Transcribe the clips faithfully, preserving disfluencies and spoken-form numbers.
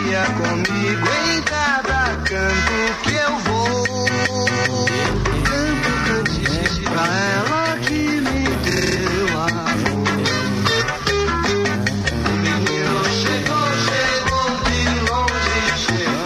caminha comigo em cada canto que eu vou. Canto cantigas pra ela que me deu amor. O menino chegou, chegou, de longe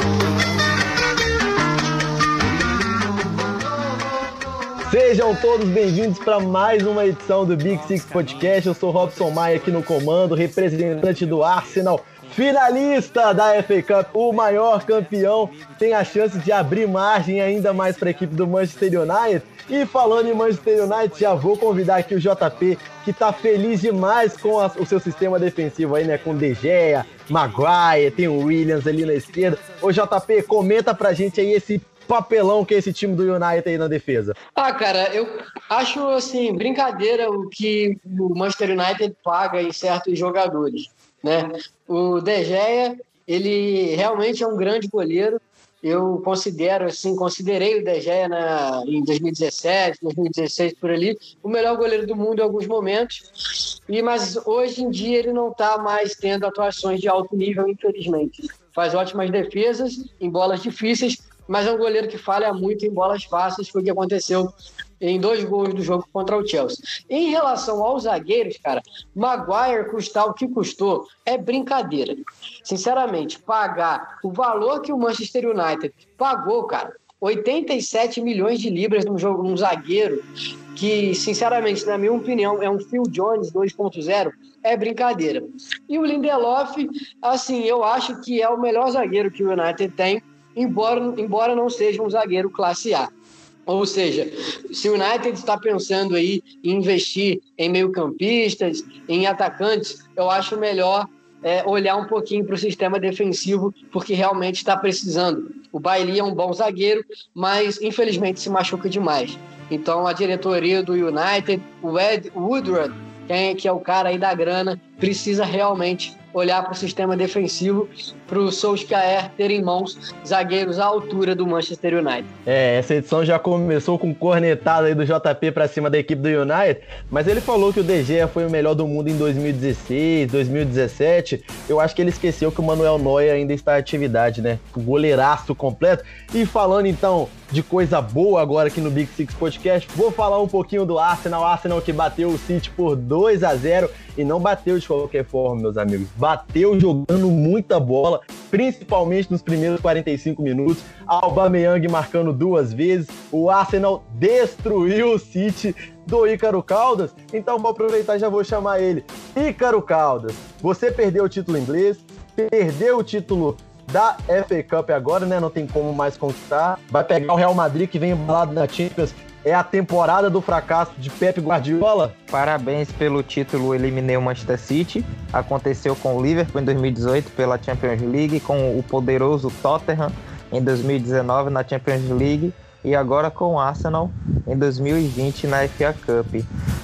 chegou. Sejam todos bem-vindos para mais uma edição do Big Six Podcast. Eu sou Robson Maia aqui no comando, representante do Arsenal, finalista da F A Cup, o maior campeão, tem a chance de abrir margem ainda mais para a equipe do Manchester United. E falando em Manchester United, já vou convidar aqui o J P, que tá feliz demais com a, o seu sistema defensivo aí, né? Com De Gea, Maguire, tem o Williams ali na esquerda. Ô J P, comenta pra gente aí esse papelão que é esse time do United aí na defesa. Ah, cara, eu acho, assim, brincadeira o que o Manchester United paga em certos jogadores, né? O De Gea, ele realmente é um grande goleiro. Eu considero, assim, considerei o De Gea na, em dois mil e dezessete, dois mil e dezesseis, por ali, o melhor goleiro do mundo em alguns momentos. E, mas hoje em dia ele não está mais tendo atuações de alto nível, infelizmente. Faz ótimas defesas em bolas difíceis, mas é um goleiro que falha muito em bolas fáceis, foi o que aconteceu em dois gols do jogo contra o Chelsea. Em relação aos zagueiros, cara, Maguire custar o que custou é brincadeira. Sinceramente, pagar o valor que o Manchester United pagou, cara, oitenta e sete milhões de libras num, jogo, num zagueiro que, sinceramente, na minha opinião, é um Phil Jones dois ponto zero, é brincadeira. E o Lindelof, assim, eu acho que é o melhor zagueiro que o United tem, embora, embora não seja um zagueiro classe A. Ou seja, se o United está pensando aí em investir em meio-campistas, em atacantes, eu acho melhor é, olhar um pouquinho para o sistema defensivo, porque realmente está precisando. O Bailly é um bom zagueiro, mas infelizmente se machuca demais. Então a diretoria do United, o Ed Woodward, que é o cara aí da grana, precisa realmente olhar para o sistema defensivo, para o Solskjaer ter em mãos zagueiros à altura do Manchester United. É, essa edição já começou com cornetada aí do J P para cima da equipe do United, mas ele falou que o De Gea foi o melhor do mundo em dois mil e dezesseis, dois mil e dezessete. Eu acho que ele esqueceu que o Manuel Neuer ainda está em atividade, né? O goleiraço completo. E falando então de coisa boa agora aqui no Big Six Podcast, vou falar um pouquinho do Arsenal. Arsenal que bateu o City por dois a zero e não bateu de qualquer forma, meus amigos. Bateu jogando muita bola, principalmente nos primeiros quarenta e cinco minutos. Aubameyang marcando duas vezes. O Arsenal destruiu o City do Ícaro Caldas. Então vou aproveitar e já vou chamar ele. Ícaro Caldas, você perdeu o título inglês, perdeu o título da F A Cup agora, né? Não tem como mais conquistar. Vai pegar o Real Madrid, que vem embalado na Champions. É a temporada do fracasso de Pep Guardiola. Parabéns pelo título, eliminei o Manchester City. Aconteceu com o Liverpool em dois mil e dezoito pela Champions League, com o poderoso Tottenham em dois mil e dezenove na Champions League e agora com o Arsenal em dois mil e vinte na F A Cup.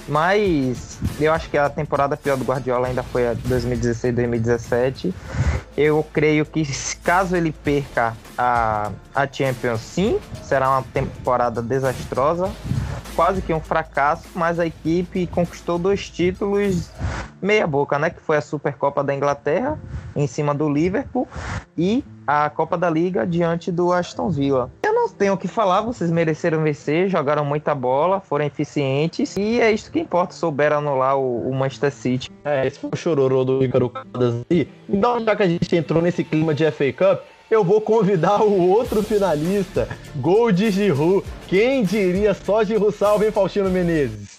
Mas eu acho que a temporada pior do Guardiola ainda foi a dois mil e dezesseis, dois mil e dezessete. Eu creio que caso ele perca a, a Champions, sim, será uma temporada desastrosa, quase que um fracasso, mas a equipe conquistou dois títulos meia boca, né? Que foi a Supercopa da Inglaterra em cima do Liverpool e a Copa da Liga diante do Aston Villa. Eu não tenho o que falar, vocês mereceram vencer, jogaram muita bola, foram eficientes e é isso que importa, souberam anular o, o Manchester City. É, esse foi o chororô do Ícaro Caldas aí. Então, já que a gente entrou nesse clima de F A Cup, eu vou convidar o outro finalista, gol de Giroud. Quem diria, só Giroud salva, hein, Faustino Menezes?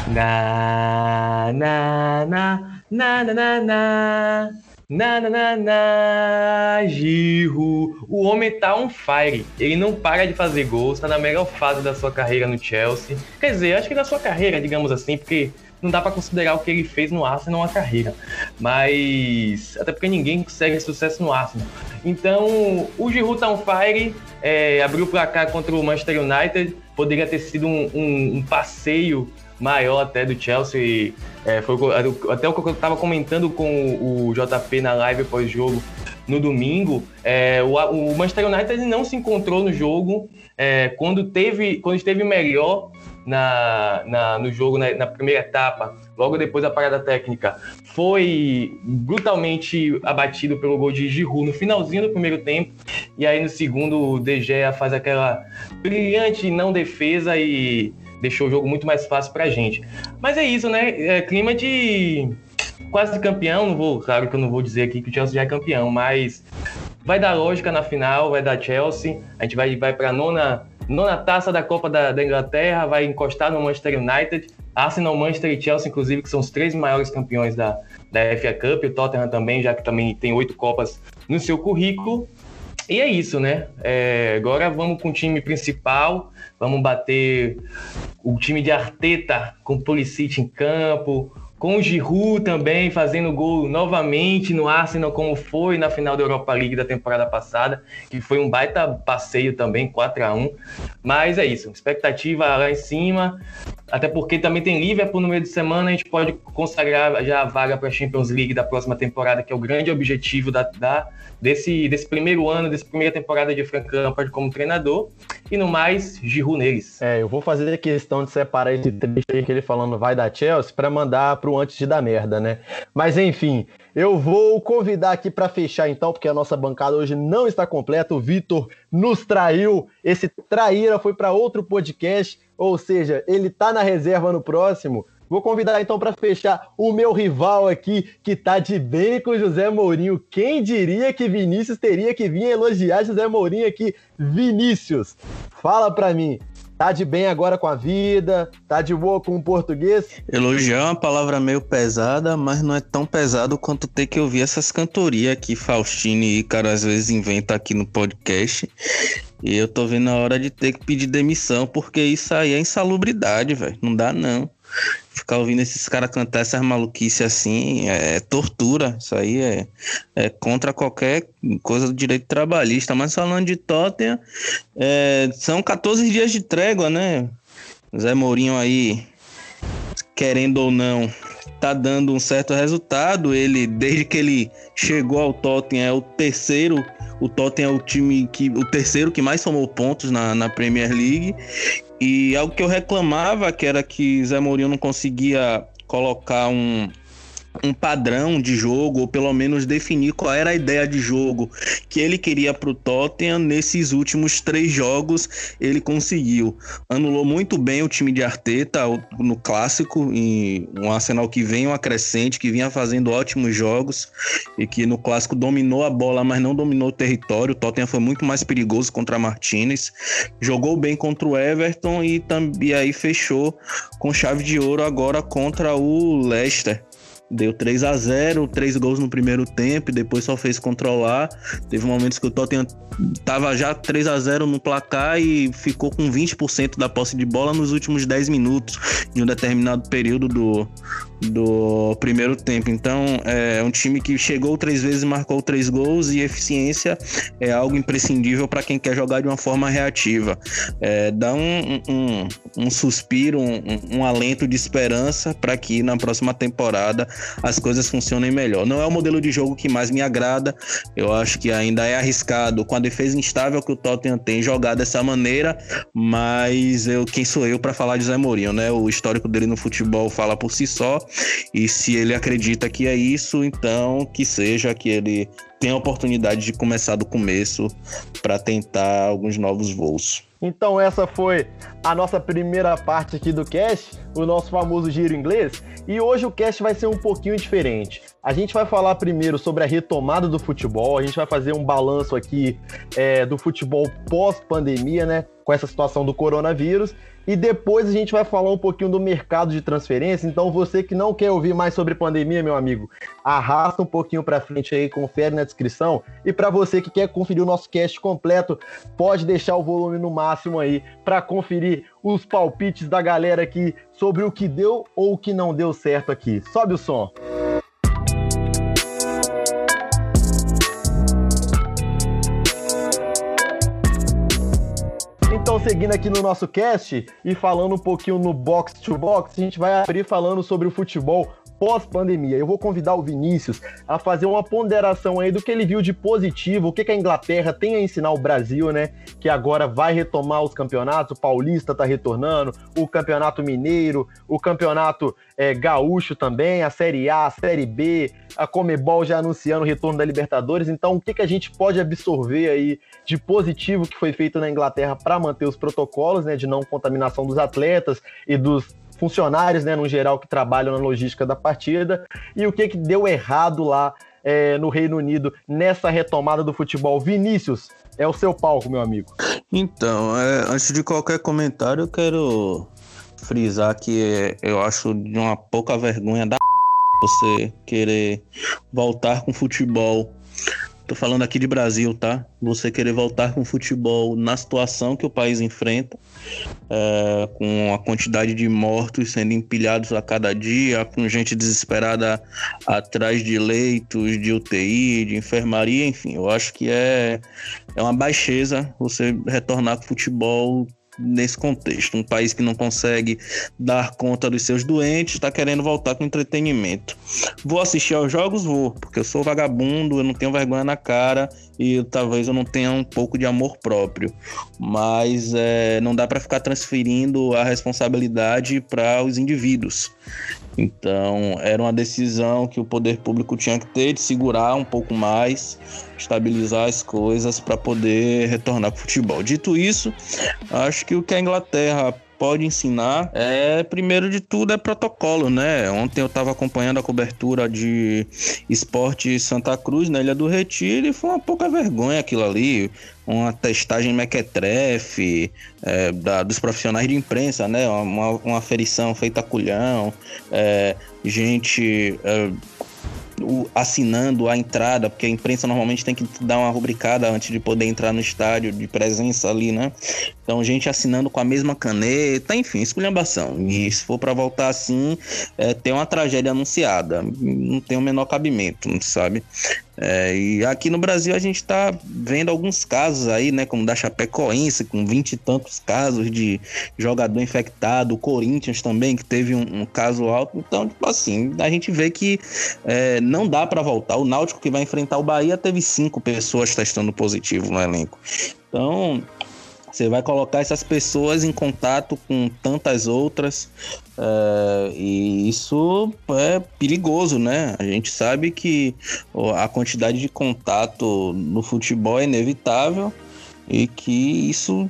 Na, na, na, na, na, na, na. Na, na, na, na, Giroud. O homem tá on fire. Ele não para de fazer gols, tá na melhor fase da sua carreira no Chelsea. Quer dizer, acho que da sua carreira, digamos assim, porque não dá pra considerar o que ele fez no Arsenal uma carreira. Mas até porque ninguém consegue sucesso no Arsenal. Então, o Giroud tá on fire, é, abriu o placar contra o Manchester United. Poderia ter sido um, um, um passeio maior até do Chelsea. É, foi até o que eu estava comentando com o J P na live pós-jogo no domingo. É, o, o Manchester United não se encontrou no jogo. É, quando, teve, quando esteve melhor na, na, no jogo, na, na primeira etapa, logo depois da parada técnica, foi brutalmente abatido pelo gol de Giroud no finalzinho do primeiro tempo, e aí no segundo o De Gea faz aquela brilhante não defesa e deixou o jogo muito mais fácil pra gente. Mas é isso, né? É clima de quase campeão, não vou, claro que eu não vou dizer aqui que o Chelsea já é campeão, mas vai dar lógica na final, vai dar Chelsea, a gente vai, vai pra nona, nona taça da Copa da, da Inglaterra, vai encostar no Manchester United, Arsenal, Manchester e Chelsea, inclusive, que são os três maiores campeões da, da F A Cup, o Tottenham também, já que também tem oito Copas no seu currículo. E é isso, né? É, agora vamos com o time principal, vamos bater o time de Arteta com o Pulisic em campo, com o Giroud também fazendo gol novamente no Arsenal, como foi na final da Europa League da temporada passada, que foi um baita passeio também, quatro a um. Mas é isso, expectativa lá em cima, até porque também tem Liverpool no meio de semana, a gente pode consagrar já a vaga para a Champions League da próxima temporada, que é o grande objetivo da, da, desse, desse primeiro ano, dessa primeira temporada de Frank Lampard como treinador. E no mais, Giroud neles. É, eu vou fazer a questão de separar esse trecho aí que ele falando vai da Chelsea para mandar pro antes de dar merda, né? Mas enfim, eu vou convidar aqui para fechar então, porque a nossa bancada hoje não está completa, o Vitor nos traiu, esse traíra foi para outro podcast, ou seja, ele tá na reserva no próximo. Vou convidar então para fechar o meu rival aqui, que tá de bem com o José Mourinho. Quem diria que Vinícius teria que vir elogiar José Mourinho aqui? Vinícius, fala para mim. Tá de bem agora com a vida? Tá de boa com o português? Elogiar é uma palavra meio pesada, mas não é tão pesado quanto ter que ouvir essas cantorias que Faustino e Ícaro às vezes inventam aqui no podcast. E eu tô vendo a hora de ter que pedir demissão, porque isso aí é insalubridade, velho. Não dá não. Ficar ouvindo esses caras cantar essas maluquices assim é tortura. Isso aí é, é contra qualquer coisa do direito trabalhista. Mas falando de Tottenham, é, são quatorze dias de trégua, né? Zé Mourinho aí, querendo ou não, tá dando um certo resultado. Ele, desde que ele chegou ao Tottenham, é o terceiro. O Tottenham é o time que, o terceiro que mais somou pontos na, na Premier League. E algo que eu reclamava, que era que Zé Mourinho não conseguia colocar um, um padrão de jogo, ou pelo menos definir qual era a ideia de jogo que ele queria para o Tottenham. Nesses últimos três jogos ele conseguiu. Anulou muito bem o time de Arteta no clássico, e um Arsenal que vem uma crescente, que vinha fazendo ótimos jogos e que no clássico dominou a bola, mas não dominou o território. O Tottenham foi muito mais perigoso contra Martinez, jogou bem contra o Everton e, e aí fechou com chave de ouro agora contra o Leicester. Deu três a zero, três gols no primeiro tempo e depois só fez controlar. Teve momentos que o Tottenham tava já três a zero no placar e ficou com vinte por cento da posse de bola nos últimos dez minutos em um determinado período do, do primeiro tempo. Então é um time que chegou três vezes e marcou três gols, e eficiência é algo imprescindível para quem quer jogar de uma forma reativa. É, dá um, um, um suspiro, um, um alento de esperança para que na próxima temporada as coisas funcionem melhor. Não é o modelo de jogo que mais me agrada, eu acho que ainda é arriscado com a defesa instável que o Tottenham tem jogar dessa maneira, mas eu, quem sou eu para falar de Zé Mourinho, né? O histórico dele no futebol fala por si só, e se ele acredita que é isso, então que seja, que ele tenha a oportunidade de começar do começo para tentar alguns novos voos. Então essa foi a nossa primeira parte aqui do cast, o nosso famoso giro inglês, e hoje o cast vai ser um pouquinho diferente. A gente vai falar primeiro sobre a retomada do futebol, a gente vai fazer um balanço aqui é, do futebol pós-pandemia, né, com essa situação do coronavírus, e depois a gente vai falar um pouquinho do mercado de transferência. Então você que não quer ouvir mais sobre pandemia, meu amigo, arrasta um pouquinho pra frente aí, confere na descrição. E para você que quer conferir o nosso cast completo, pode deixar o volume no máximo aí para conferir os palpites da galera aqui sobre o que deu ou o que não deu certo aqui. Sobe o som. Então, seguindo aqui no nosso cast e falando um pouquinho no Box to Box, a gente vai abrir falando sobre o futebol pós-pandemia. Eu vou convidar o Vinícius a fazer uma ponderação aí do que ele viu de positivo, o que, que a Inglaterra tem a ensinar ao Brasil, né? Que agora vai retomar os campeonatos, o Paulista tá retornando, o Campeonato Mineiro, o Campeonato é, Gaúcho também, a Série A, a Série B, a Conmebol já anunciando o retorno da Libertadores. Então, o que, que a gente pode absorver aí de positivo que foi feito na Inglaterra para manter os protocolos, né, de não contaminação dos atletas e dos funcionários, né, no geral, que trabalham na logística da partida, e o que, que deu errado lá é, no Reino Unido nessa retomada do futebol. Vinícius, é o seu palco, meu amigo. Então, é, antes de qualquer comentário, eu quero frisar que é, eu acho de uma pouca vergonha da você querer voltar com futebol. Tô falando aqui de Brasil, tá? Você querer voltar com o futebol na situação que o país enfrenta, é, com a quantidade de mortos sendo empilhados a cada dia, com gente desesperada atrás de leitos de U T I, de enfermaria, enfim. Eu acho que é, é uma baixeza você retornar com o futebol nesse contexto. Um país que não consegue dar conta dos seus doentes está querendo voltar com entretenimento. Vou assistir aos jogos? Vou, porque eu sou vagabundo, eu não tenho vergonha na cara e talvez eu não tenha um pouco de amor próprio, mas é, não dá para ficar transferindo a responsabilidade para os indivíduos. Então, era uma decisão que o poder público tinha que ter, de segurar um pouco mais, estabilizar as coisas para poder retornar para o futebol. Dito isso, acho que o que a Inglaterra pode ensinar é, primeiro de tudo, é protocolo, né? Ontem eu estava acompanhando a cobertura de Esporte Santa Cruz na Ilha do Retiro e foi uma pouca vergonha aquilo ali, uma testagem mequetrefe é, da, dos profissionais de imprensa, né? Uma, uma aferição feita a culhão, é, gente é, o, assinando a entrada, porque a imprensa normalmente tem que dar uma rubricada antes de poder entrar no estádio, de presença ali, né? Então, gente assinando com a mesma caneta, enfim, esculhambação. E se for para voltar assim, é, tem uma tragédia anunciada, não tem o menor cabimento, sabe? É, e aqui no Brasil a gente está vendo alguns casos aí, né, como da Chapecoense, com vinte e tantos casos de jogador infectado, o Corinthians também, que teve um, um caso alto. Então, tipo assim, a gente vê que é, não dá para voltar. O Náutico, que vai enfrentar o Bahia, teve cinco pessoas testando positivo no elenco. Então, você vai colocar essas pessoas em contato com tantas outras, é, e isso é perigoso, né? A gente sabe que a quantidade de contato no futebol é inevitável e que isso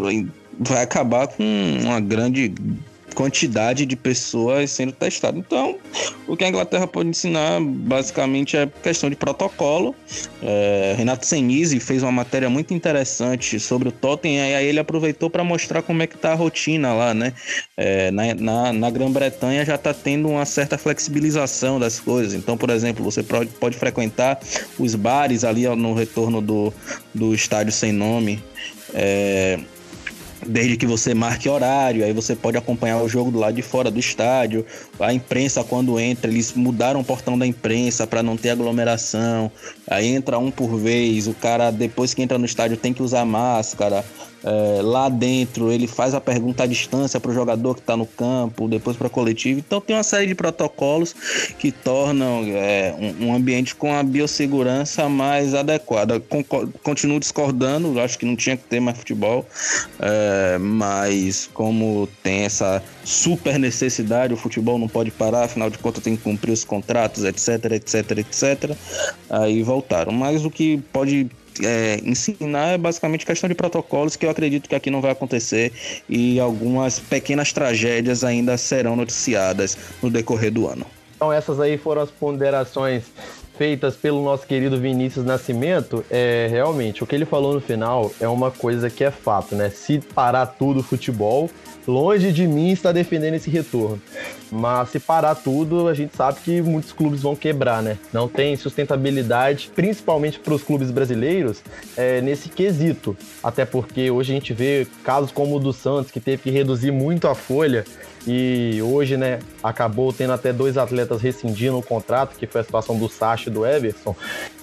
vai acabar com uma grande quantidade de pessoas sendo testadas. Então, o que a Inglaterra pode ensinar basicamente é questão de protocolo. É, Renato Senise fez uma matéria muito interessante sobre o Tottenham e aí ele aproveitou para mostrar como é que tá a rotina lá, né? É, na, na, na Grã-Bretanha já está tendo uma certa flexibilização das coisas. Então, por exemplo, você pode, pode frequentar os bares ali no retorno do, do estádio sem nome, é, desde que você marque horário, aí você pode acompanhar o jogo do lado de fora do estádio. A imprensa, quando entra, eles mudaram o portão da imprensa para não ter aglomeração. Aí entra um por vez, o cara, depois que entra no estádio, tem que usar máscara. É, lá dentro ele faz a pergunta à distância para o jogador que está no campo, depois para a coletiva. Então tem uma série de protocolos que tornam é, um, um ambiente com a biossegurança mais adequada. Con- continuo discordando, acho que não tinha que ter mais futebol, é, mas como tem essa super necessidade, o futebol não pode parar, afinal de contas tem que cumprir os contratos, etc, etc, etc, aí voltaram. Mas o que pode É, ensinar é basicamente questão de protocolos, que eu acredito que aqui não vai acontecer, e algumas pequenas tragédias ainda serão noticiadas no decorrer do ano. Então essas aí foram as ponderações feitas pelo nosso querido Vinícius Nascimento. É, realmente, o que ele falou no final é uma coisa que é fato, né? Se parar tudo o futebol, longe de mim está defendendo esse retorno. Mas se parar tudo, a gente sabe que muitos clubes vão quebrar, né? Não tem sustentabilidade, principalmente para os clubes brasileiros, é, nesse quesito. Até porque hoje a gente vê casos como o do Santos, que teve que reduzir muito a folha, e hoje, né, acabou tendo até dois atletas rescindindo o contrato, que foi a situação do Sacha e do Everson.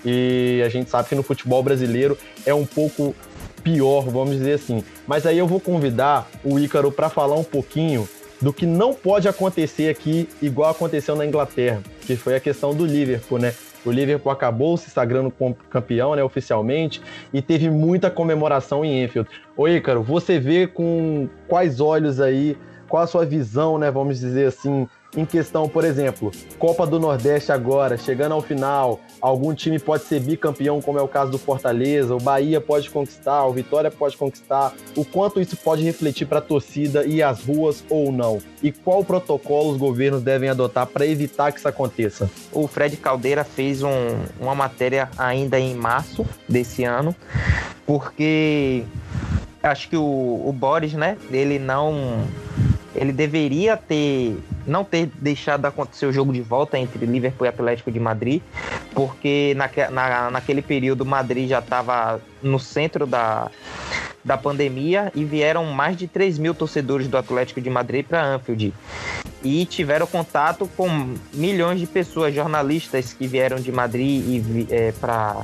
E a gente sabe que no futebol brasileiro é um pouco pior, vamos dizer assim. Mas aí eu vou convidar o Ícaro para falar um pouquinho do que não pode acontecer aqui, igual aconteceu na Inglaterra, que foi a questão do Liverpool, né? O Liverpool acabou se sagrando campeão, né, oficialmente, e teve muita comemoração em Anfield. Ô Ícaro, você vê com quais olhos aí, qual a sua visão, né, vamos dizer assim, em questão, por exemplo, Copa do Nordeste agora, chegando ao final, algum time pode ser bicampeão, como é o caso do Fortaleza, o Bahia pode conquistar, o Vitória pode conquistar, o quanto isso pode refletir para a torcida e as ruas ou não? E qual protocolo os governos devem adotar para evitar que isso aconteça? O Fred Caldeira fez um, uma matéria ainda em março desse ano, porque acho que o, o Boris, né, ele não... ele deveria ter, não ter deixado acontecer o jogo de volta entre Liverpool e Atlético de Madrid, porque naque, na, naquele período o Madrid já estava no centro da, da pandemia e vieram mais de três mil torcedores do Atlético de Madrid para Anfield. E tiveram contato com milhões de pessoas, jornalistas que vieram de Madrid e é, para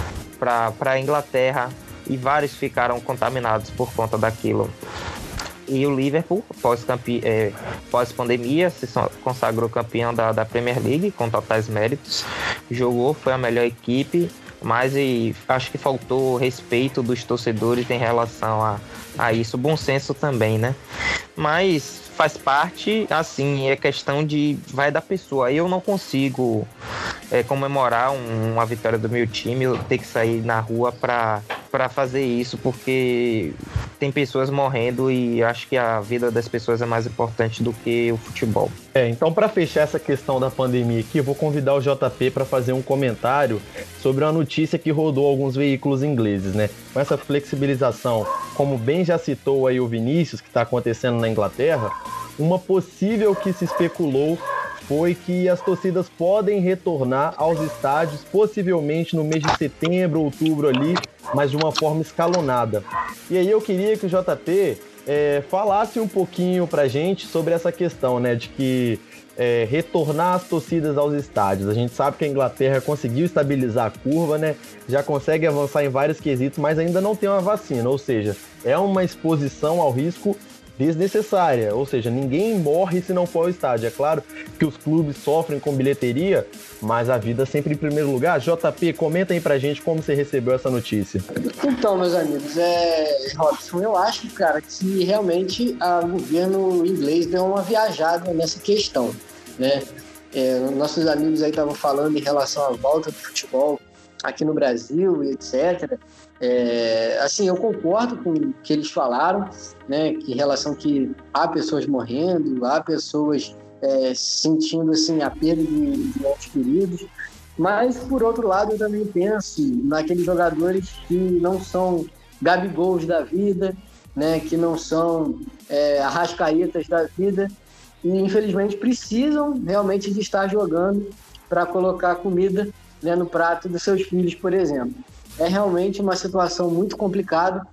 a Inglaterra, e vários ficaram contaminados por conta daquilo. E o Liverpool, pós-pandemia, é, pós se consagrou campeão da, da Premier League, com totais méritos. Jogou, foi a melhor equipe, mas e, acho que faltou respeito dos torcedores em relação a, a isso. Bom senso também, né? Mas faz parte, assim, é questão de... vai da pessoa. Eu não consigo é, comemorar um, uma vitória do meu time, eu ter que sair na rua para para fazer isso, porque tem pessoas morrendo e acho que a vida das pessoas é mais importante do que o futebol. É, então para fechar essa questão da pandemia aqui, eu vou convidar o J P para fazer um comentário sobre uma notícia que rodou alguns veículos ingleses, né? Com essa flexibilização, como bem já citou aí o Vinícius, que está acontecendo na Inglaterra, uma possível que se especulou foi que as torcidas podem retornar aos estádios, possivelmente no mês de setembro, outubro ali, mas de uma forma escalonada. E aí eu queria que o J P é, falasse um pouquinho pra gente sobre essa questão, né, de que é, retornar as torcidas aos estádios. A gente sabe que a Inglaterra conseguiu estabilizar a curva, né, já consegue avançar em vários quesitos, mas ainda não tem uma vacina, ou seja, é uma exposição ao risco desnecessária, ou seja, ninguém morre se não for ao estádio. É claro que os clubes sofrem com bilheteria, mas a vida sempre em primeiro lugar. J P, comenta aí pra gente como você recebeu essa notícia. Então, meus amigos, é... Robson, eu acho, cara, que realmente o governo inglês deu uma viajada nessa questão, né? É, nossos amigos aí estavam falando em relação à volta do futebol aqui no Brasil e etcétera. É, assim, eu concordo com o que eles falaram, né, que em relação que há pessoas morrendo, há pessoas é, sentindo assim, a perda de, de entes queridos, mas por outro lado eu também penso naqueles jogadores que não são Gabigols da vida, né, que não são é, Arrascaetas da vida e infelizmente precisam realmente de estar jogando para colocar comida, né, no prato dos seus filhos, por exemplo. É realmente uma situação muito complicada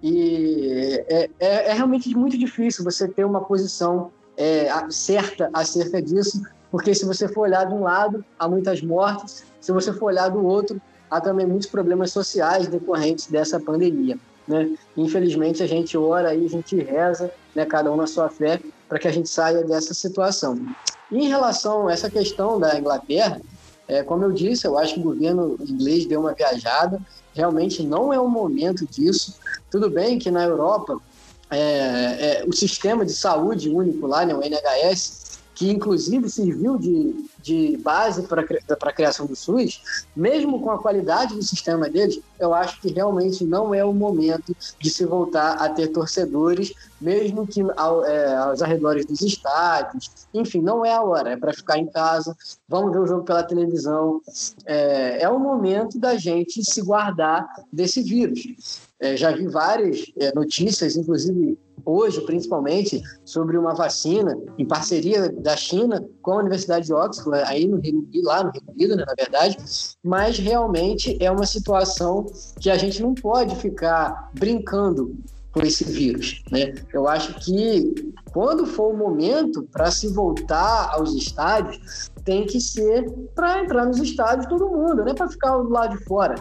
e é, é, é realmente muito difícil você ter uma posição é, certa acerca disso, porque se você for olhar de um lado, há muitas mortes, se você for olhar do outro, há também muitos problemas sociais decorrentes dessa pandemia, né? Infelizmente, a gente ora e a gente reza, né, cada um na sua fé, para que a gente saia dessa situação. E em relação a essa questão da Inglaterra, É, como eu disse, eu acho que o governo inglês deu uma viajada, realmente não é o momento disso. Tudo bem que na Europa é, é, o sistema de saúde único lá, né, o N H S, que inclusive serviu de, de base para a criação do SUS, mesmo com a qualidade do sistema deles, eu acho que realmente não é o momento de se voltar a ter torcedores, mesmo que ao, é, aos arredores dos estádios. Enfim, não é a hora, é para ficar em casa, vamos ver o jogo pela televisão. É, é o momento da gente se guardar desse vírus. É, já vi várias é, notícias, inclusive hoje, principalmente, sobre uma vacina em parceria da China com a Universidade de Oxford, aí no Reino Unido, lá no Reino Unido, né, na verdade, mas realmente é uma situação que a gente não pode ficar brincando com esse vírus, né? Eu acho que quando for o momento para se voltar aos estádios, tem que ser para entrar nos estádios todo mundo, não é para ficar do lado de fora.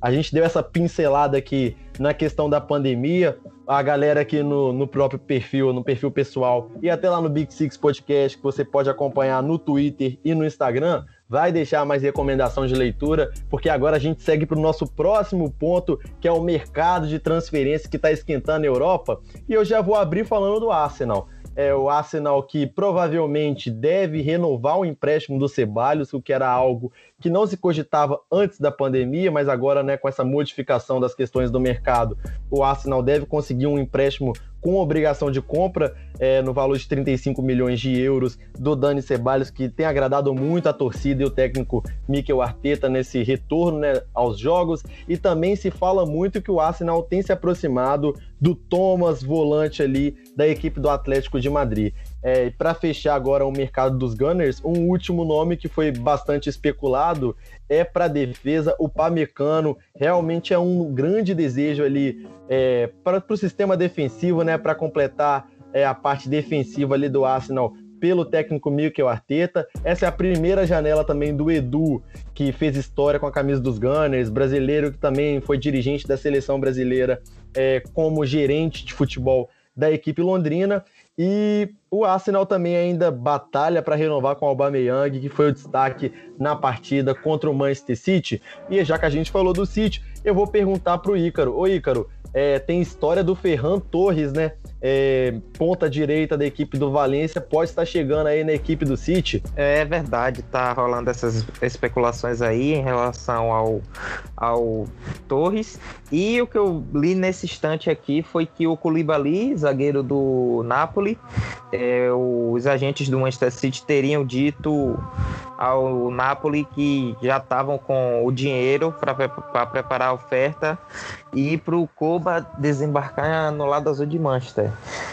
A gente deu essa pincelada aqui na questão da pandemia. A galera aqui no, no próprio perfil, no perfil pessoal e até lá no Big Six Podcast, que você pode acompanhar no Twitter e no Instagram, vai deixar mais recomendação de leitura, porque agora a gente segue para o nosso próximo ponto, que é o mercado de transferência que está esquentando a Europa. E eu já vou abrir falando do Arsenal. É o Arsenal que provavelmente deve renovar o empréstimo do Ceballos, o que era algo que não se cogitava antes da pandemia, mas agora, né, com essa modificação das questões do mercado, o Arsenal deve conseguir um empréstimo com obrigação de compra é, no valor de trinta e cinco milhões de euros do Dani Ceballos, que tem agradado muito a torcida e o técnico Mikel Arteta nesse retorno, né, aos jogos. E também se fala muito que o Arsenal tem se aproximado do Thomas, volante ali da equipe do Atlético de Madrid. É, para fechar agora o mercado dos Gunners, um último nome que foi bastante especulado é para a defesa, o Pamecano. Realmente é um grande desejo ali é, para o sistema defensivo, né, para completar é, a parte defensiva ali do Arsenal pelo técnico Mikel Arteta. Essa é a primeira janela também do Edu, que fez história com a camisa dos Gunners, brasileiro que também foi dirigente da seleção brasileira é, como gerente de futebol da equipe londrina. E o Arsenal também ainda batalha para renovar com o Aubameyang, que foi o destaque na partida contra o Manchester City. E já que a gente falou do City, eu vou perguntar para o Ícaro. Ô Ícaro, é, tem história do Ferran Torres, né? É, ponta direita da equipe do Valência, pode estar chegando aí na equipe do City. É verdade, tá rolando essas especulações aí em relação ao, ao Torres. E o que eu li nesse instante aqui foi que o Koulibaly, zagueiro do Napoli, é, os agentes do Manchester City teriam dito ao Napoli que já estavam com o dinheiro para preparar a oferta e para o Koba desembarcar no lado azul de Manchester.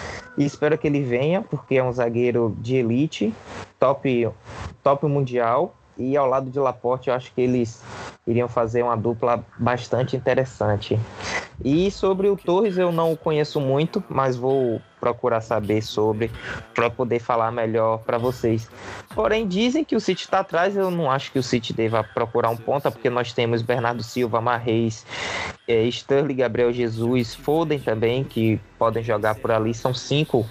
E espero que ele venha, porque é um zagueiro de elite, top, top mundial. E ao lado de Laporte, eu acho que eles iriam fazer uma dupla bastante interessante. E sobre o Torres, eu não o conheço muito, mas vou procurar saber sobre, para poder falar melhor para vocês. Porém, dizem que o City está atrás. Eu não acho que o City deva procurar um ponta, porque nós temos Bernardo Silva, Mahrez, é, Sterling, Gabriel Jesus, Foden também, que podem jogar por ali. São cinco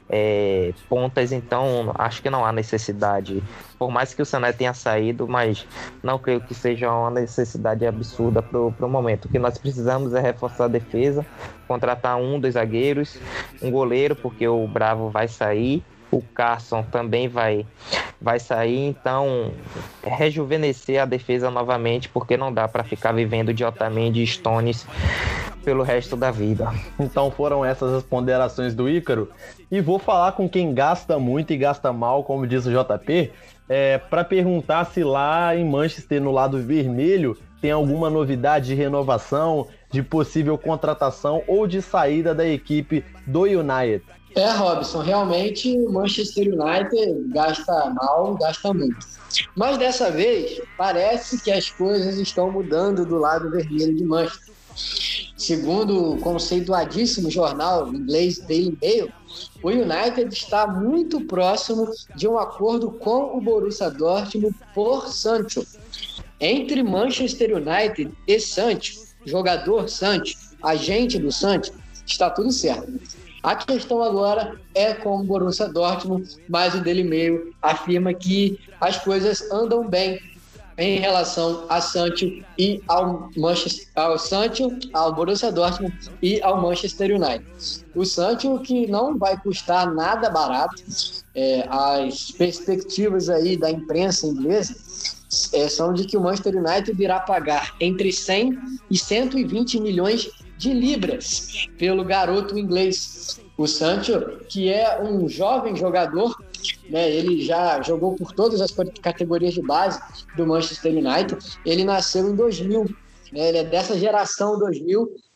é, pontas, então acho que não há necessidade. Por mais que o Sané tenha saído, mas não creio que seja uma necessidade absurda para o momento. O que nós precisamos é reforçar a defesa, contratar um dos zagueiros, um goleiro, porque o Bravo vai sair, o Carson também vai, vai sair, então rejuvenescer a defesa novamente, porque não dá para ficar vivendo de Otamendi e Stones pelo resto da vida. Então foram essas as ponderações do Ícaro, e vou falar com quem gasta muito e gasta mal, como diz o J P, é, para perguntar se lá em Manchester, no lado vermelho, tem alguma novidade de renovação, de possível contratação ou de saída da equipe do United. É, Robson, realmente o Manchester United gasta mal, gasta muito. Mas dessa vez, parece que as coisas estão mudando do lado vermelho de Manchester. Segundo o conceituadíssimo jornal inglês Daily Mail, o United está muito próximo de um acordo com o Borussia Dortmund por Sancho. Entre Manchester United e Sancho, jogador Sancho, agente do Sancho, está tudo certo. A questão agora é com o Borussia Dortmund, mas o Daily Mail afirma que as coisas andam bem em relação a Sancho e ao Manchester, ao Sancho, ao Borussia Dortmund e ao Manchester United. O Sancho, que não vai custar nada barato, é, as perspectivas aí da imprensa inglesa é, são de que o Manchester United irá pagar entre cem e cento e vinte milhões de libras pelo garoto inglês. O Sancho, que é um jovem jogador, né, ele já jogou por todas as categorias de base do Manchester United. Ele nasceu em dois mil, né, ele é dessa geração dois mil,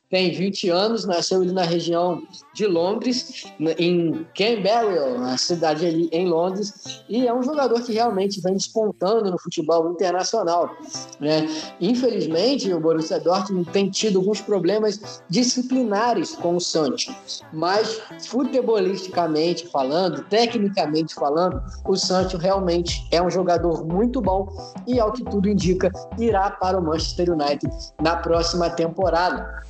tem vinte anos, nasceu ali na região de Londres, em Camberwell, na cidade ali em Londres, e é um jogador que realmente vem despontando no futebol internacional, né? Infelizmente, o Borussia Dortmund tem tido alguns problemas disciplinares com o Sancho, mas futebolisticamente falando, tecnicamente falando, o Sancho realmente é um jogador muito bom e, ao que tudo indica, irá para o Manchester United na próxima temporada.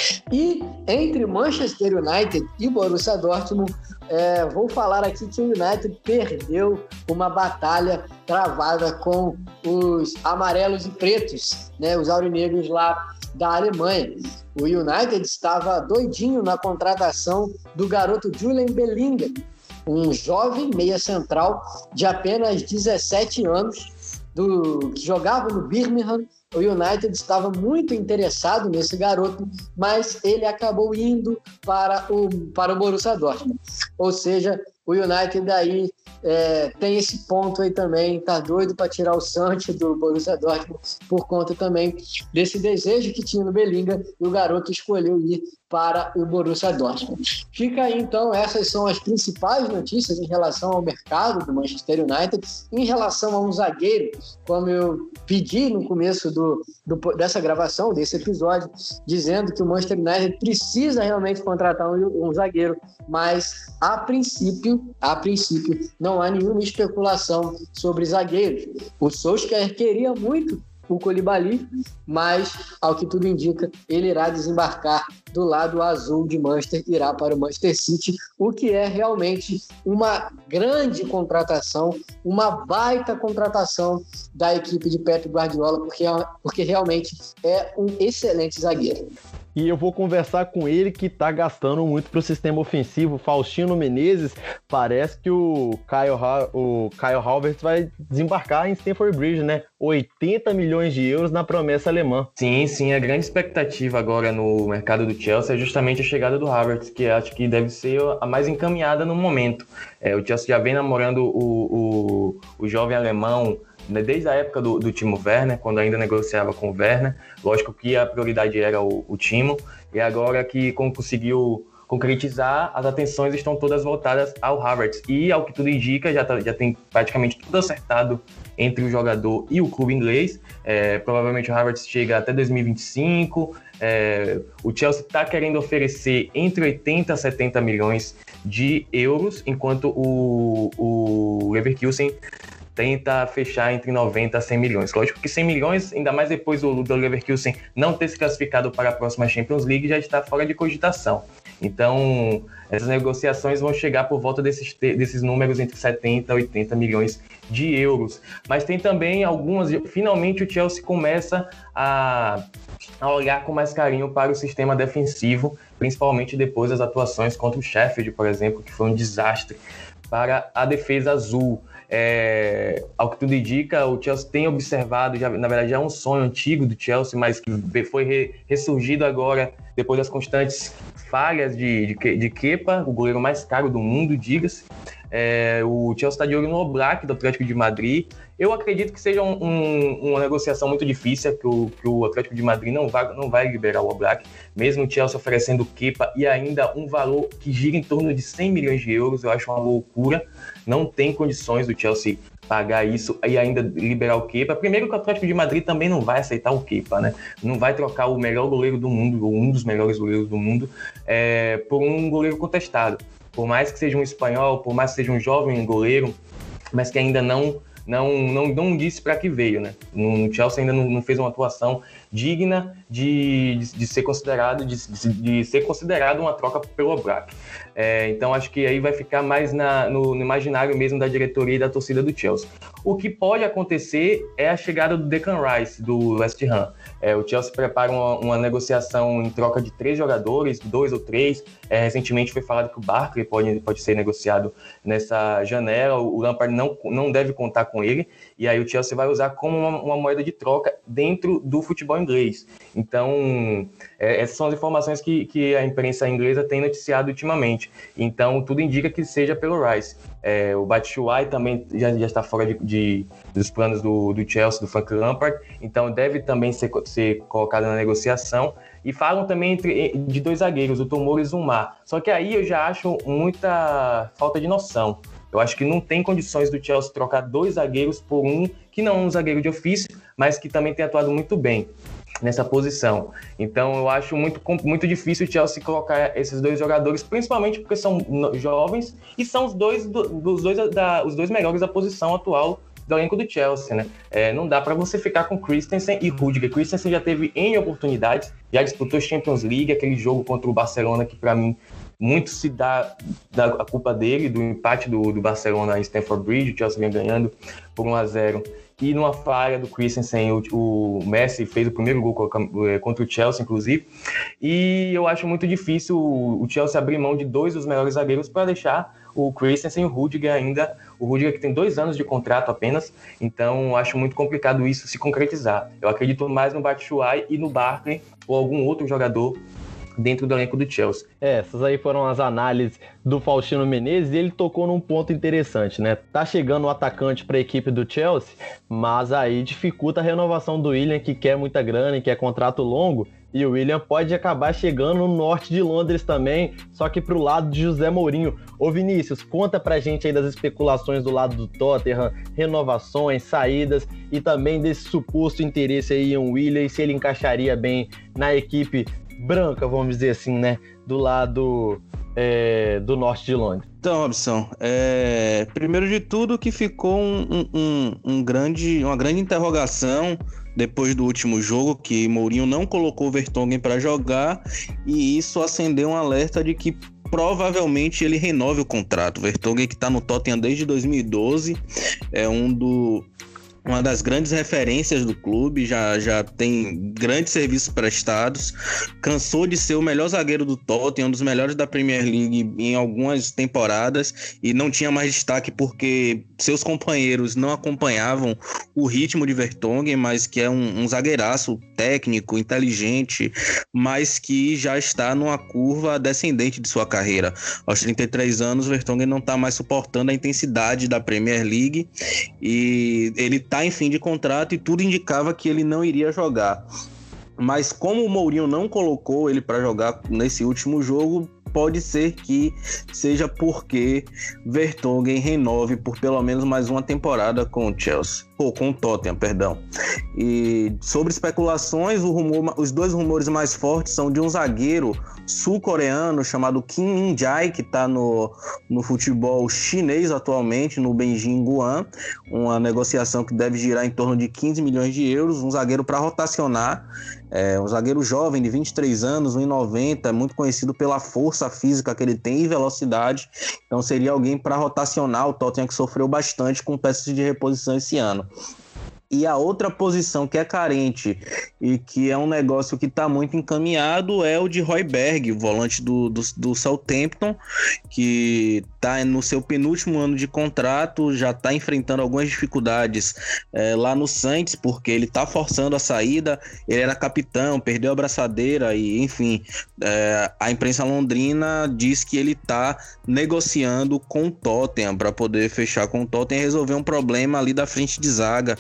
E entre Manchester United e Borussia Dortmund, é, vou falar aqui que o United perdeu uma batalha travada com os amarelos e pretos, né, os aurinegros lá da Alemanha. O United estava doidinho na contratação do garoto Julian Bellingham, um jovem meia central de apenas dezessete anos, do, que jogava no Birmingham. O United estava muito interessado nesse garoto, mas ele acabou indo para o, para o Borussia Dortmund. Ou seja, o United aí é, tem esse ponto aí também, tá doido para tirar o Sancho do Borussia Dortmund por conta também desse desejo que tinha no Bellingham, e o garoto escolheu ir para o Borussia Dortmund. Fica aí então, essas são as principais notícias em relação ao mercado do Manchester United. Em relação a um zagueiro, como eu pedi no começo do, do, dessa gravação, desse episódio, dizendo que o Manchester United precisa realmente contratar um, um zagueiro, mas a princípio, a princípio não há nenhuma especulação sobre zagueiros. O Solskjaer queria muito o Koulibaly, mas, ao que tudo indica, ele irá desembarcar do lado azul de Manchester, irá para o Manchester City, o que é realmente uma grande contratação, uma baita contratação da equipe de Pep Guardiola, porque, porque realmente é um excelente zagueiro. E eu vou conversar com ele, que tá gastando muito pro sistema ofensivo. Faustino Menezes, parece que o Kyle, ha- o Kyle Havertz vai desembarcar em Stamford Bridge, né? oitenta milhões de euros na promessa alemã. Sim, sim, a grande expectativa agora no mercado do Chelsea é justamente a chegada do Havertz, que acho que deve ser a mais encaminhada no momento. É, o Chelsea já vem namorando o, o, o jovem alemão desde a época do, do Timo Werner, quando ainda negociava com o Werner. Lógico que a prioridade era o, o Timo, e agora que conseguiu concretizar, as atenções estão todas voltadas ao Havertz, e ao que tudo indica, já, tá, já tem praticamente tudo acertado entre o jogador e o clube inglês. É, provavelmente o Havertz chega até dois mil e vinte e cinco, é, o Chelsea está querendo oferecer entre oitenta a setenta milhões de euros, enquanto o, o Leverkusen tenta fechar entre noventa a cem milhões. Lógico que cem milhões, ainda mais depois do, do Leverkusen não ter se classificado para a próxima Champions League, já está fora de cogitação. Então, essas negociações vão chegar por volta desses, desses números entre setenta a oitenta milhões de euros. Mas tem também algumas... Finalmente o Chelsea começa a, a olhar com mais carinho para o sistema defensivo, principalmente depois das atuações contra o Sheffield, por exemplo, que foi um desastre para a defesa azul. É, ao que tudo indica, o Chelsea tem observado, já, na verdade já é um sonho antigo do Chelsea, mas que foi re, ressurgido agora depois das constantes falhas de, de, de Kepa, o goleiro mais caro do mundo, diga-se. É, o Chelsea está de olho no Oblak do Atlético de Madrid. Eu acredito que seja um, um, uma negociação muito difícil, que o, que o Atlético de Madrid não vai, não vai liberar o Oblak, mesmo o Chelsea oferecendo o Kepa e ainda um valor que gira em torno de cem milhões de euros. Eu acho uma loucura. Não tem condições do Chelsea pagar isso e ainda liberar o Kepa. Primeiro que o Atlético de Madrid também não vai aceitar o Kepa, né? Não vai trocar o melhor goleiro do mundo, ou um dos melhores goleiros do mundo, é, por um goleiro contestado. Por mais que seja um espanhol, por mais que seja um jovem goleiro, mas que ainda não, não, não, não disse para que veio, né? O Chelsea ainda não, não fez uma atuação digna de, de, de ser considerado de, de, de ser considerado uma troca pelo Oblak. É, então acho que aí vai ficar mais na, no, no imaginário mesmo da diretoria e da torcida do Chelsea. O que pode acontecer é a chegada do Declan Rice, do West Ham. É, o Chelsea prepara uma, uma negociação em troca de três jogadores, dois ou três. É, recentemente foi falado que o Barkley pode, pode ser negociado nessa janela. O Lampard não, não deve contar com ele. E aí o Chelsea vai usar como uma, uma moeda de troca dentro do futebol inglês. Então, é, essas são as informações que, que a imprensa inglesa tem noticiado ultimamente. Então, tudo indica que seja pelo Rice. É, o Batshuayi também já, já está fora de, de, dos planos do, do Chelsea, do Frank Lampard, então deve também ser, ser colocado na negociação. E falam também entre, de dois zagueiros, o Tomori e o Zuma. Só que aí eu já acho muita falta de noção. Eu acho que não tem condições do Chelsea trocar dois zagueiros por um que não é um zagueiro de ofício, mas que também tem atuado muito bem nessa posição. Então eu acho muito, muito difícil o Chelsea colocar esses dois jogadores, principalmente porque são jovens e são os dois, dos dois, da, os dois melhores da posição atual do elenco do Chelsea, né? É, não dá para você ficar com Christensen e Rudiger. Christensen já teve N oportunidades, já disputou Champions League, aquele jogo contra o Barcelona que para mim muito se dá, dá a culpa dele, do empate do, do Barcelona em Stamford Bridge, o Chelsea vem ganhando por um a zero. E numa falha do Christensen, o, o Messi fez o primeiro gol contra o Chelsea, inclusive. E eu acho muito difícil o Chelsea abrir mão de dois dos melhores zagueiros para deixar o Christensen e o Rudiger ainda. O Rudiger que tem dois anos de contrato apenas, então acho muito complicado isso se concretizar. Eu acredito mais no Batshuayi e no Barkley ou algum outro jogador dentro do elenco do Chelsea. É, essas aí foram as análises do Faustino Menezes e ele tocou num ponto interessante, né? Tá chegando o atacante para a equipe do Chelsea, mas aí dificulta a renovação do Willian, que quer muita grana e quer contrato longo, e o Willian pode acabar chegando no norte de Londres também, só que pro lado de José Mourinho. Ô Vinícius, conta pra gente aí das especulações do lado do Tottenham, renovações, saídas e também desse suposto interesse aí em um Willian e se ele encaixaria bem na equipe branca, vamos dizer assim, né, do lado é, do norte de Londres. Então, Robson, é, primeiro de tudo que ficou um, um, um grande, uma grande interrogação depois do último jogo, que Mourinho não colocou o Vertonghen para jogar, e isso acendeu um alerta de que provavelmente ele renove o contrato. O Vertonghen, que está no Tottenham desde dois mil e doze, é um do... uma das grandes referências do clube, já, já tem grandes serviços prestados, cansou de ser o melhor zagueiro do Tottenham, um dos melhores da Premier League em algumas temporadas, e não tinha mais destaque porque seus companheiros não acompanhavam o ritmo de Vertonghen, mas que é um, um zagueiraço técnico, inteligente, mas que já está numa curva descendente de sua carreira. Aos trinta e três anos, Vertonghen não está mais suportando a intensidade da Premier League, e ele está em fim de contrato e tudo indicava que ele não iria jogar. Mas como o Mourinho não colocou ele para jogar nesse último jogo, pode ser que seja porque Vertonghen renove por pelo menos mais uma temporada com o Chelsea, ou com o Tottenham, perdão. E sobre especulações, o rumor, os dois rumores mais fortes são de um zagueiro sul-coreano chamado Kim Min-jae, que está no, no futebol chinês atualmente, no Beijing Guan, uma negociação que deve girar em torno de quinze milhões de euros, um zagueiro para rotacionar, é, um zagueiro jovem de vinte e três anos, um metro e noventa, muito conhecido pela força física que ele tem e velocidade, então seria alguém para rotacionar. O Tottenham que sofreu bastante com peças de reposição esse ano. E a outra posição que é carente e que é um negócio que está muito encaminhado é o de Højbjerg, o volante do, do, do Southampton, que está no seu penúltimo ano de contrato, já está enfrentando algumas dificuldades é, lá no Saints, porque ele está forçando a saída, ele era capitão, perdeu a braçadeira e, enfim, é, a imprensa londrina diz que ele está negociando com o Tottenham para poder fechar com o Tottenham e resolver um problema ali da frente de zaga,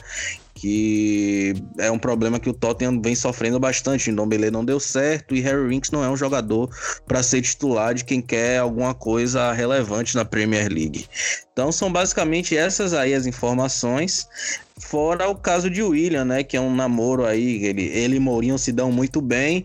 que é um problema que o Tottenham vem sofrendo bastante. O Ndombele não deu certo e Harry Winks não é um jogador para ser titular de quem quer alguma coisa relevante na Premier League. Então são basicamente essas aí as informações, fora o caso de Willian, né, que é um namoro aí, ele, ele e Mourinho se dão muito bem,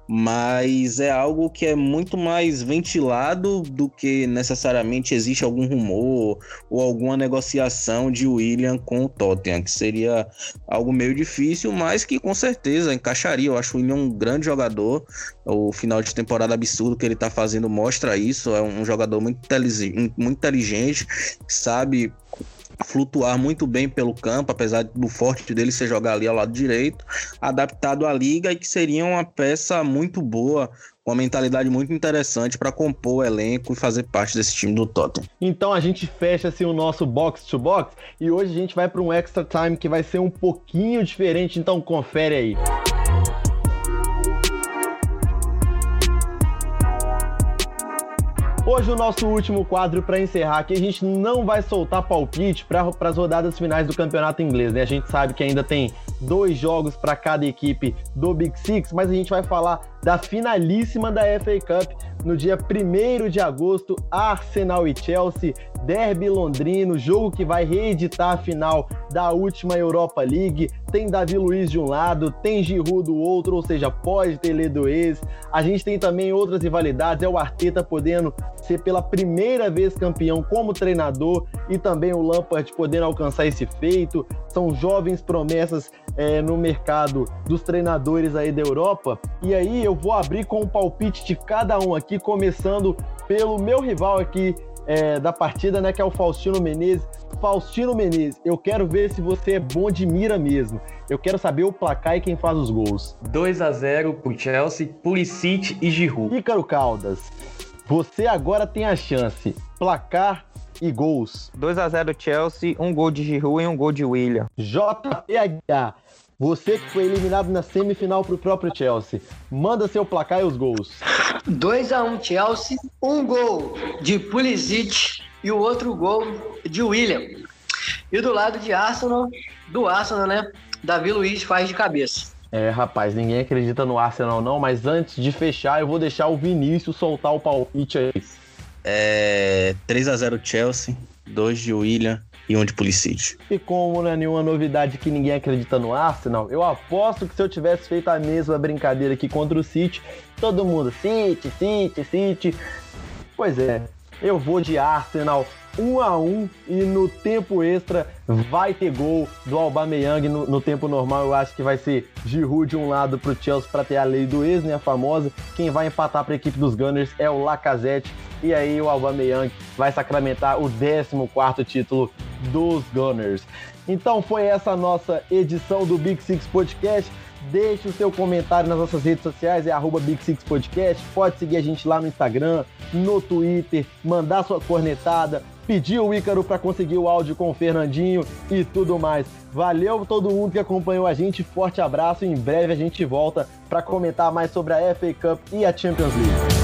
mas é algo que é muito mais ventilado do que necessariamente existe algum rumor ou alguma negociação de Willian com o Tottenham, que seria algo meio difícil, mas que com certeza encaixaria. Eu acho o Willian um grande jogador, o final de temporada absurdo que ele está fazendo mostra isso, é um jogador muito inteligente, muito inteligente, sabe flutuar muito bem pelo campo, apesar do forte dele ser jogar ali ao lado direito, adaptado à liga, e que seria uma peça muito boa, uma mentalidade muito interessante para compor o elenco e fazer parte desse time do Tottenham. Então a gente fecha assim o nosso box to box e hoje a gente vai para um extra time que vai ser um pouquinho diferente, então confere aí. hoje o nosso último quadro para encerrar aqui, a gente não vai soltar palpite para as rodadas finais do campeonato inglês, né? A gente sabe que ainda tem dois jogos para cada equipe do Big Six, mas a gente vai falar da finalíssima da F A Cup no dia primeiro de agosto, Arsenal e Chelsea, derby londrino, jogo que vai reeditar a final da última Europa League. Tem Davi Luiz de um lado, tem Giroud do outro, ou seja, pode ter Lê do ex. A gente tem também outras rivalidades, é o Arteta podendo ser pela primeira vez campeão como treinador e também o Lampard podendo alcançar esse feito. São jovens promessas é, no mercado dos treinadores aí da Europa. E aí eu vou abrir com o palpite de cada um aqui, começando pelo meu rival aqui é, da partida, né, que é o Faustino Menezes. Faustino Menezes, eu quero ver se você é bom de mira mesmo. Eu quero saber o placar e quem faz os gols. dois a zero pro Chelsea, Pulisic e Giroud. Ícaro Caldas, você agora tem a chance. Placar e gols. dois a zero Chelsea, um gol de Giroud e um gol de William. J P H, você que foi eliminado na semifinal pro próprio Chelsea, manda seu placar e os gols. dois a um Chelsea, um gol de Pulisic e o outro gol de William. E do lado de Arsenal, do Arsenal, né? Davi Luiz faz de cabeça. É, rapaz, ninguém acredita no Arsenal não, mas antes de fechar, eu vou deixar o Vinícius soltar o palpite aí. É três a zero Chelsea, dois de William e um de Pulisic. E como não é nenhuma novidade que ninguém acredita no Arsenal, eu aposto que se eu tivesse feito a mesma brincadeira aqui contra o City, todo mundo, City, City, City. Pois é, eu vou de Arsenal um a um e no tempo extra vai ter gol do Aubameyang. No, no tempo normal eu acho que vai ser Giroud de um lado pro Chelsea para ter a lei do ex, né, a famosa. Quem vai empatar para a equipe dos Gunners é o Lacazette e aí o Aubameyang vai sacramentar o décimo quarto título dos Gunners. Então foi essa a nossa edição do Big Six Podcast. Deixe o seu comentário nas nossas redes sociais, é arroba Big Six Podcast. Pode seguir a gente lá no Instagram, no Twitter, mandar sua cornetada, pedir o Ícaro para conseguir o áudio com o Fernandinho e tudo mais. Valeu todo mundo que acompanhou a gente, forte abraço e em breve a gente volta para comentar mais sobre a F A Cup e a Champions League.